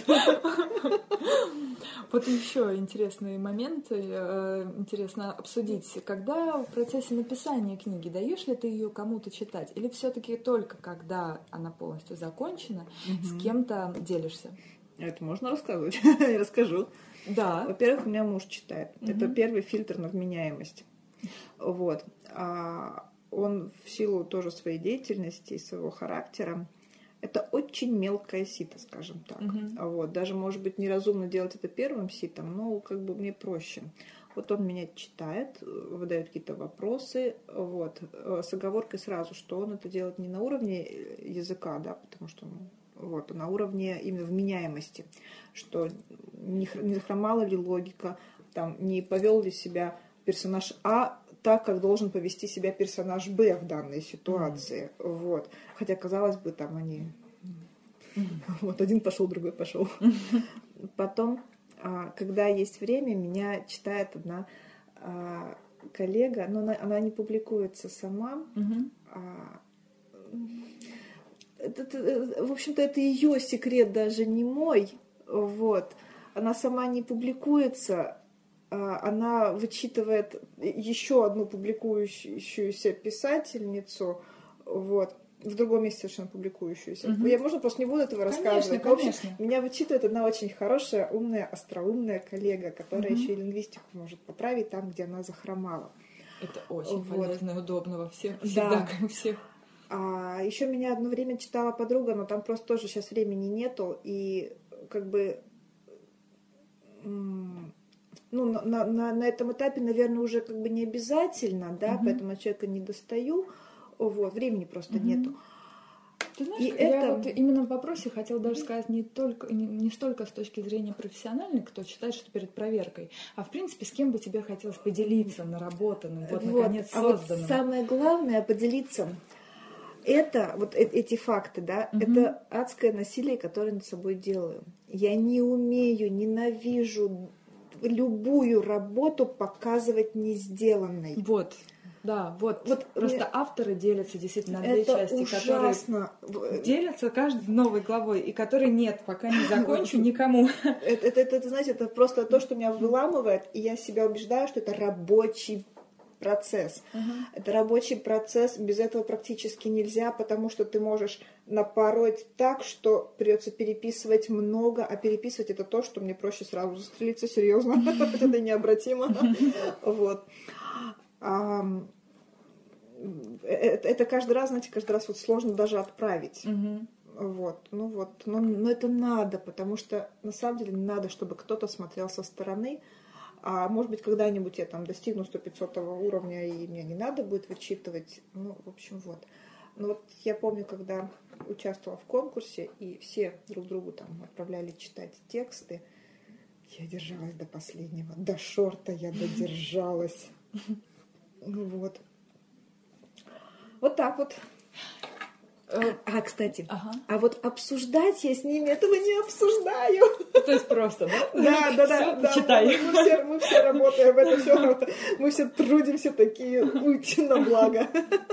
Вот еще интересный момент, интересно обсудить. Когда в процессе написания книги, даешь ли ты ее кому-то читать? Или все-таки только когда она полностью закончена, угу. с кем-то делишься? Это можно рассказывать? Я расскажу. Да. Во-первых, у меня муж читает. Угу. Это первый фильтр на вменяемость. Вот. А он в силу тоже своей деятельности и своего характера, это очень мелкое сито, скажем так. Uh-huh. Вот. Даже, может быть, неразумно делать это первым ситом, но как бы мне проще. Вот он меня читает, выдает какие-то вопросы, вот, с оговоркой сразу, что он это делает не на уровне языка, да, потому что, ну, вот, а на уровне именно вменяемости, что не, не захромала ли логика, там, не повел ли себя персонаж А так, как должен повести себя персонаж Б в данной ситуации. Mm. Вот. Хотя, казалось бы, там они... Mm. Вот один пошел, другой пошел. Mm. Потом, когда есть время, меня читает одна коллега, но она, она не публикуется сама. Mm-hmm. Это, это, в общем-то, это ее секрет, даже не мой. Вот. Она сама не публикуется. Она вычитывает еще одну публикующуюся писательницу, вот, в другом месте совершенно публикующуюся. Угу. Я, можно, просто не буду этого конечно, рассказывать. Конечно. В общем, меня вычитывает одна очень хорошая, умная, остроумная коллега, которая угу. еще и лингвистику может поправить там, где она захромала. Это очень вот. Полезно и удобно во всех, всегда, да. Как у всех. А еще меня одно время читала подруга, но там просто тоже сейчас времени нету, и как бы... Ну, на, на, на этом этапе, наверное, уже как бы не обязательно, да, uh-huh. поэтому я человека не достаю, вот, времени просто uh-huh. нету. Ты знаешь, и я это... вот именно в вопросе хотела даже сказать не только, не, не столько с точки зрения профессиональной, кто считает, что перед проверкой, а в принципе, с кем бы тебе хотелось поделиться наработанным, вот, вот наконец созданным. А вот самое главное поделиться, это, вот эти факты, да, uh-huh. это адское насилие, которое над собой делаю. Я не умею, ненавижу любую работу показывать не сделанной. Вот, да, вот. вот Просто мне... авторы делятся действительно на это две части, ужасно. Которые делятся каждой новой главой, и которые нет, пока не закончу никому. Это, это, это, знаете, это просто то, что меня выламывает, и я себя убеждаю, что это рабочий процесс. Uh-huh. Это рабочий процесс, без этого практически нельзя, потому что ты можешь напороть так, что придется переписывать много, а переписывать это то, что мне проще сразу застрелиться, серьезно. Это необратимо. Вот. Это каждый раз, знаете, каждый раз вот сложно даже отправить. Вот. Ну вот. Но это надо, потому что на самом деле надо, чтобы кто-то смотрел со стороны. А может быть, когда-нибудь я там достигну сто-пятисотого уровня, и мне не надо будет вычитывать. Ну, в общем, вот. Но вот я помню, когда участвовала в конкурсе, и все друг другу там отправляли читать тексты, я держалась до последнего. До шорта я додержалась. Ну вот. Вот так вот. А, кстати, ага. а вот обсуждать я с ними этого не обсуждаю. То есть просто, да? Да, да, да. да. Читай. Мы, мы, все, мы все работаем в это все. Мы все трудимся такие уйти на благо.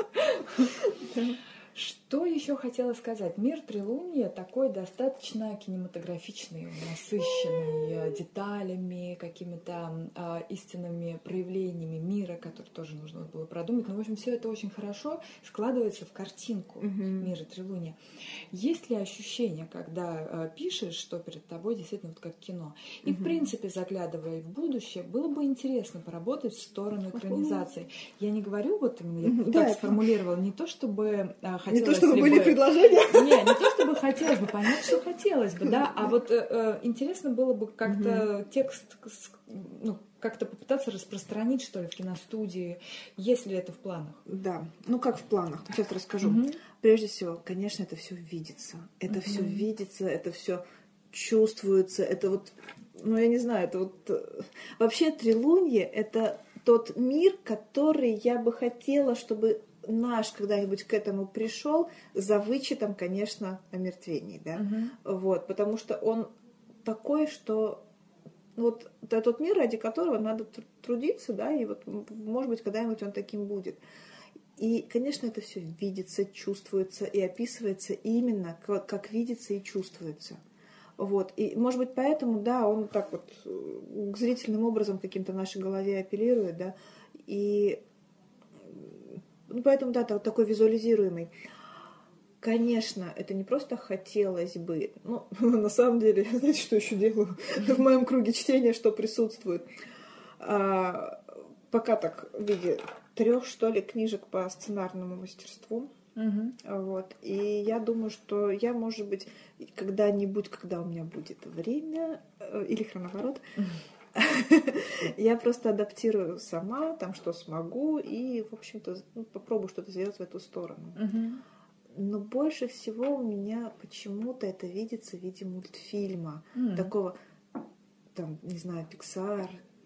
Что еще хотела сказать? Мир Трилуния такой достаточно кинематографичный, насыщенный деталями, какими-то а, истинными проявлениями мира, которые тоже нужно было продумать. Но, в общем, все это очень хорошо складывается в картинку uh-huh. мира Трилуния. Есть ли ощущение, когда а, пишешь, что перед тобой действительно вот как кино? И, uh-huh. в принципе, заглядывая в будущее, было бы интересно поработать в сторону экранизации. Uh-huh. Я не говорю, вот именно, я uh-huh. так да, сформулировала, не то, чтобы а, хотела чтобы если были бы... предложения. Не, не то чтобы хотелось бы, понятно, что хотелось бы, да, а вот э, интересно было бы как-то угу. текст, ну, как-то попытаться распространить, что ли, в киностудии, если это в планах. Да, ну как в планах, сейчас расскажу. Угу. Прежде всего, конечно, это все видится, это угу. все видится, это все чувствуется, это вот, ну я не знаю, это вот... Вообще Трилунье — это тот мир, который я бы хотела, чтобы наш когда-нибудь к этому пришел, за вычетом, конечно, омертвений, да, угу. вот, потому что он такой, что вот это тот мир, ради которого надо трудиться, да, и вот, может быть, когда-нибудь он таким будет. И, конечно, это все видится, чувствуется и описывается именно как, как видится и чувствуется. Вот. И, может быть, поэтому, да, он так вот к зрительным образом каким-то в нашей голове апеллирует, да, и ну, поэтому, да, такой визуализируемый. Конечно, это не просто хотелось бы. Ну, на самом деле, знаете, что еще делаю в моем круге чтения, что присутствует? А, пока так в виде трех, что ли, книжек по сценарному мастерству. Угу. Вот. И я думаю, что я, может быть, когда-нибудь, когда у меня будет время, или хроноворот, я просто адаптирую сама, там, что смогу, и, в общем-то, ну, попробую что-то сделать в эту сторону. Но больше всего у меня почему-то это видится в виде мультфильма. Mm. Такого, там, не знаю, Pixar.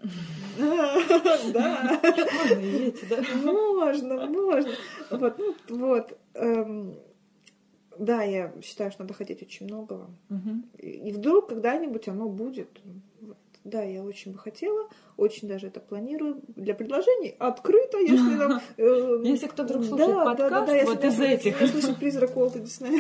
Да. Можно и эти, да? Можно, можно. Вот, ну, вот. Да, я считаю, что надо хотеть очень многого. И вдруг когда-нибудь оно будет. Да, я очень бы хотела, очень даже это планирую. Для предложений открыто, если нам... Э, если кто вдруг слушает да, подкаст, да, да, да, вот из этих. Я слышу призрак Уолта Диснея.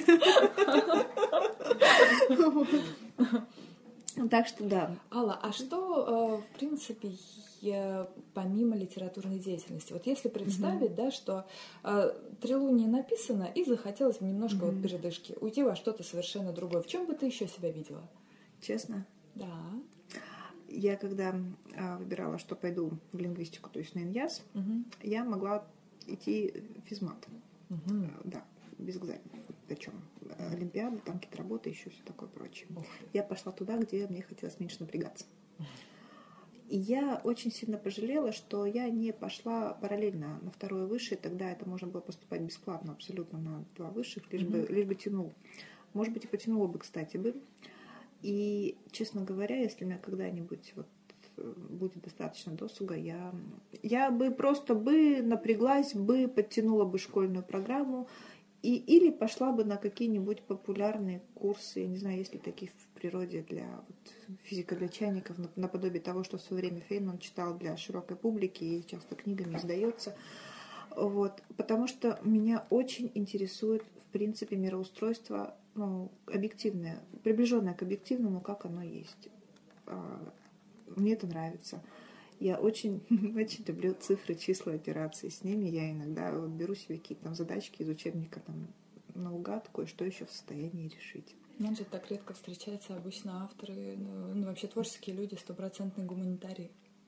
Так что да. Алла, а что, в принципе, помимо литературной деятельности? Вот если представить, да, что Трилунья написана, и захотелось немножко вот передышки, уйти во что-то совершенно другое. В чем бы ты еще себя видела? Честно? Да. Я когда а, выбирала, что пойду в лингвистику, то есть на ИНЯС, угу. я могла идти в физмат. Угу. А, да, без экзаменов. Причем олимпиада, там какие-то работы, еще все такое прочее. Ух. Я пошла туда, где мне хотелось меньше напрягаться. И я очень сильно пожалела, что я не пошла параллельно на второе высшее. Тогда это можно было поступать бесплатно абсолютно на два высших, лишь, угу. бы, лишь бы тянул. Может быть, и потянуло бы, кстати, бы. И, честно говоря, если у меня когда-нибудь вот будет достаточно досуга, я, я бы просто бы напряглась, бы подтянула бы школьную программу и, или пошла бы на какие-нибудь популярные курсы, я не знаю, есть ли такие в природе для вот, физика для чайников, наподобие того, что в свое время Фейнман читал для широкой публики и часто книгами издается. Вот, потому что меня очень интересует, в принципе, мироустройство, ну, объективное, приближенное к объективному, как оно есть. Мне это нравится. Я очень, очень люблю цифры, числа, операции. С ними я иногда вот беру себе какие-то там задачки из учебника там, наугад, кое-что еще в состоянии решить. Нам же так редко встречаются обычно авторы, ну, ну вообще творческие люди, стопроцентные гуманитарии.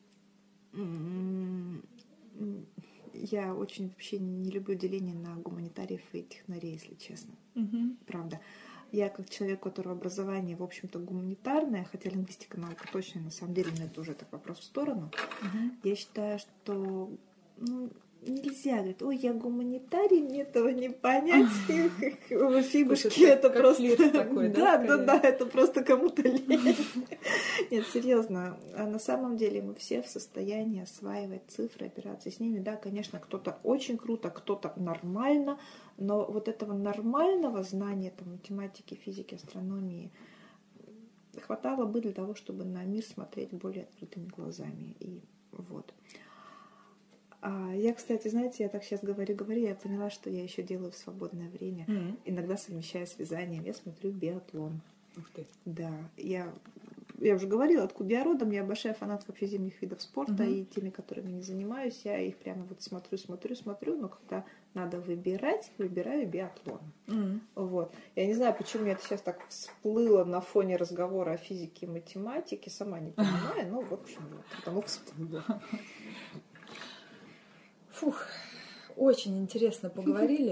Я очень вообще не люблю деление на гуманитариев и технарей, если честно. Угу. Правда. Я как человек, у которого образование, в общем-то, гуманитарное, хотя лингвистика наука точно, на самом деле, но это уже так вопрос в сторону, угу. я считаю, что ну, нельзя говорить, ой, я гуманитарий, мне этого не понять. Фигушки, это просто... Да, да, да, это просто кому-то лень. Нет, серьезно, на самом деле мы все в состоянии осваивать цифры, операции с ними. Да, конечно, кто-то очень круто, кто-то нормально, но вот этого нормального знания там, математики, физики, астрономии хватало бы для того, чтобы на мир смотреть более открытыми глазами. И вот. А я, кстати, знаете, я так сейчас говорю-говорю, я поняла, что я еще делаю в свободное время. Mm-hmm. Иногда совмещаю с вязанием. Я смотрю биатлон. Ух ты. Да, я, я уже говорила, откуда я родом. Я большая фанатка вообще зимних видов спорта, mm-hmm. и теми, которыми не занимаюсь, я их прямо вот смотрю, смотрю, смотрю, но когда надо выбирать, выбираю биатлон. Mm-hmm. Вот. Я не знаю, почему это сейчас так всплыло на фоне разговора о физике и математике, сама не понимаю, но, в общем, вот, потому всплыло. Фух, очень интересно поговорили.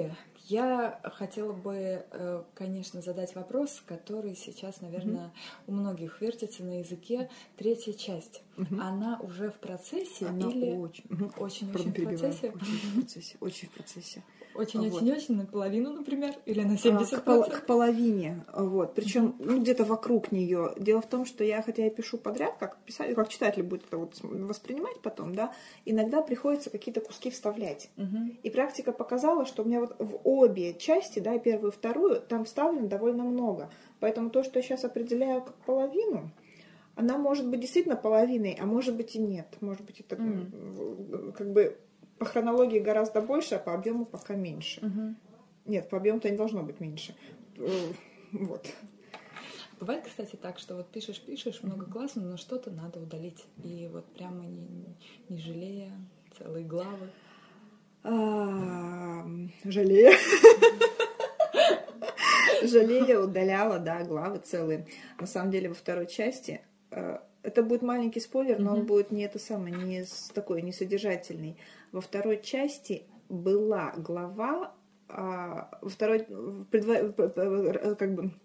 Я хотела бы, конечно, задать вопрос, который сейчас, наверное, mm-hmm. у многих вертится на языке. Третья часть. Mm-hmm. Она уже в процессе Она или очень, очень-очень в процессе? Очень в процессе, очень в процессе. Очень-очень-очень, вот. Наполовину, например, или на семьдесят процентов? А, к, пол- к половине, вот. Причем mm-hmm. ну, где-то вокруг нее. Дело в том, что я, хотя я пишу подряд, как писатель, как читатель будет это вот воспринимать потом, да, иногда приходится какие-то куски вставлять. Mm-hmm. И практика показала, что у меня вот в обе части, да, первую и вторую, там вставлено довольно много. Поэтому то, что я сейчас определяю как половину, она может быть действительно половиной, а может быть и нет. Может быть, это mm-hmm. как бы по хронологии гораздо больше, а по объему пока меньше. Mm-hmm. Нет, по объему-то не должно быть меньше. Вот. Бывает, кстати, так, что вот пишешь-пишешь, много классно, но что-то надо удалить. И вот прямо не, не жалея целые главы. А, жалея. Жалея, удаляла, да, главы целые. На самом деле, во второй части... Это будет маленький спойлер, но mm-hmm. он будет не это самое, не такой, не содержательный. Во второй части была глава, а, во второй, предва, как бы,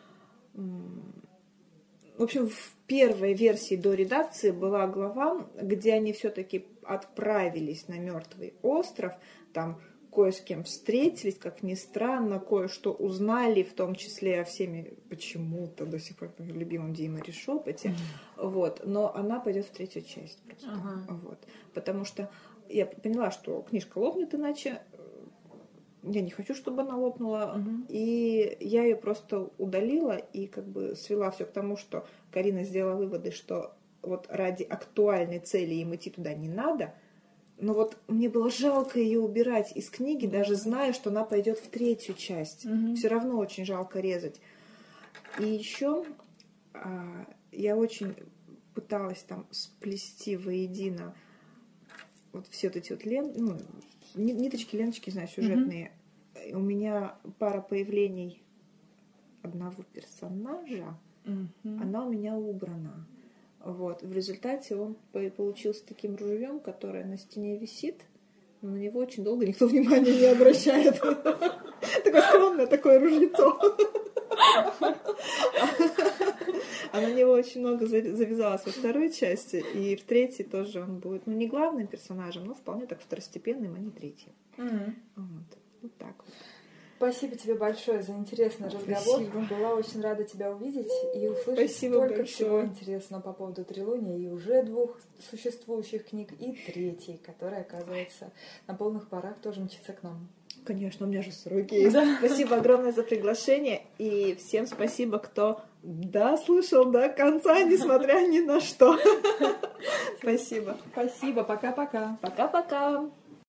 в общем, в первой версии до редакции была глава, где они все-таки отправились на мертвый остров, там кое с кем встретились, как ни странно, кое-что узнали, в том числе о всеми почему-то до сих пор любимом Димаре Шепоте. Mm-hmm. Вот. Но она пойдет в третью часть просто. Uh-huh. Вот. Потому что я поняла, что книжка лопнет иначе. Я не хочу, чтобы она лопнула. Uh-huh. И я ее просто удалила и как бы свела все к тому, что Карина сделала выводы, что вот ради актуальной цели им идти туда не надо. Но вот мне было жалко ее убирать из книги, mm-hmm. даже зная, что она пойдет в третью часть. Mm-hmm. Все равно очень жалко резать. И еще а, я очень пыталась там сплести воедино вот все вот эти вот лен, ну, ниточки, ленточки, знаю, сюжетные. Mm-hmm. У меня пара появлений одного персонажа, mm-hmm. она у меня убрана. Вот. В результате он получился таким ружьем, которое на стене висит, но на него очень долго никто внимания не обращает. Такое скромное такое ружьецо. А на него очень много завязалось во второй части, и в третьей тоже он будет, ну, не главным персонажем, но вполне так второстепенным, а не третьим. Вот так вот. Спасибо тебе большое за интересный разговор. Спасибо. Была очень рада тебя увидеть и услышать Спасибо столько большое. всего интересного по поводу трилогии и уже двух существующих книг, и третьей, которая, оказывается, на полных парах тоже мчится к нам. Конечно, у меня же сроки есть. Да. Спасибо огромное за приглашение. И всем спасибо, кто дослушал до конца, несмотря ни на что. Спасибо. Спасибо. Пока-пока. Пока-пока.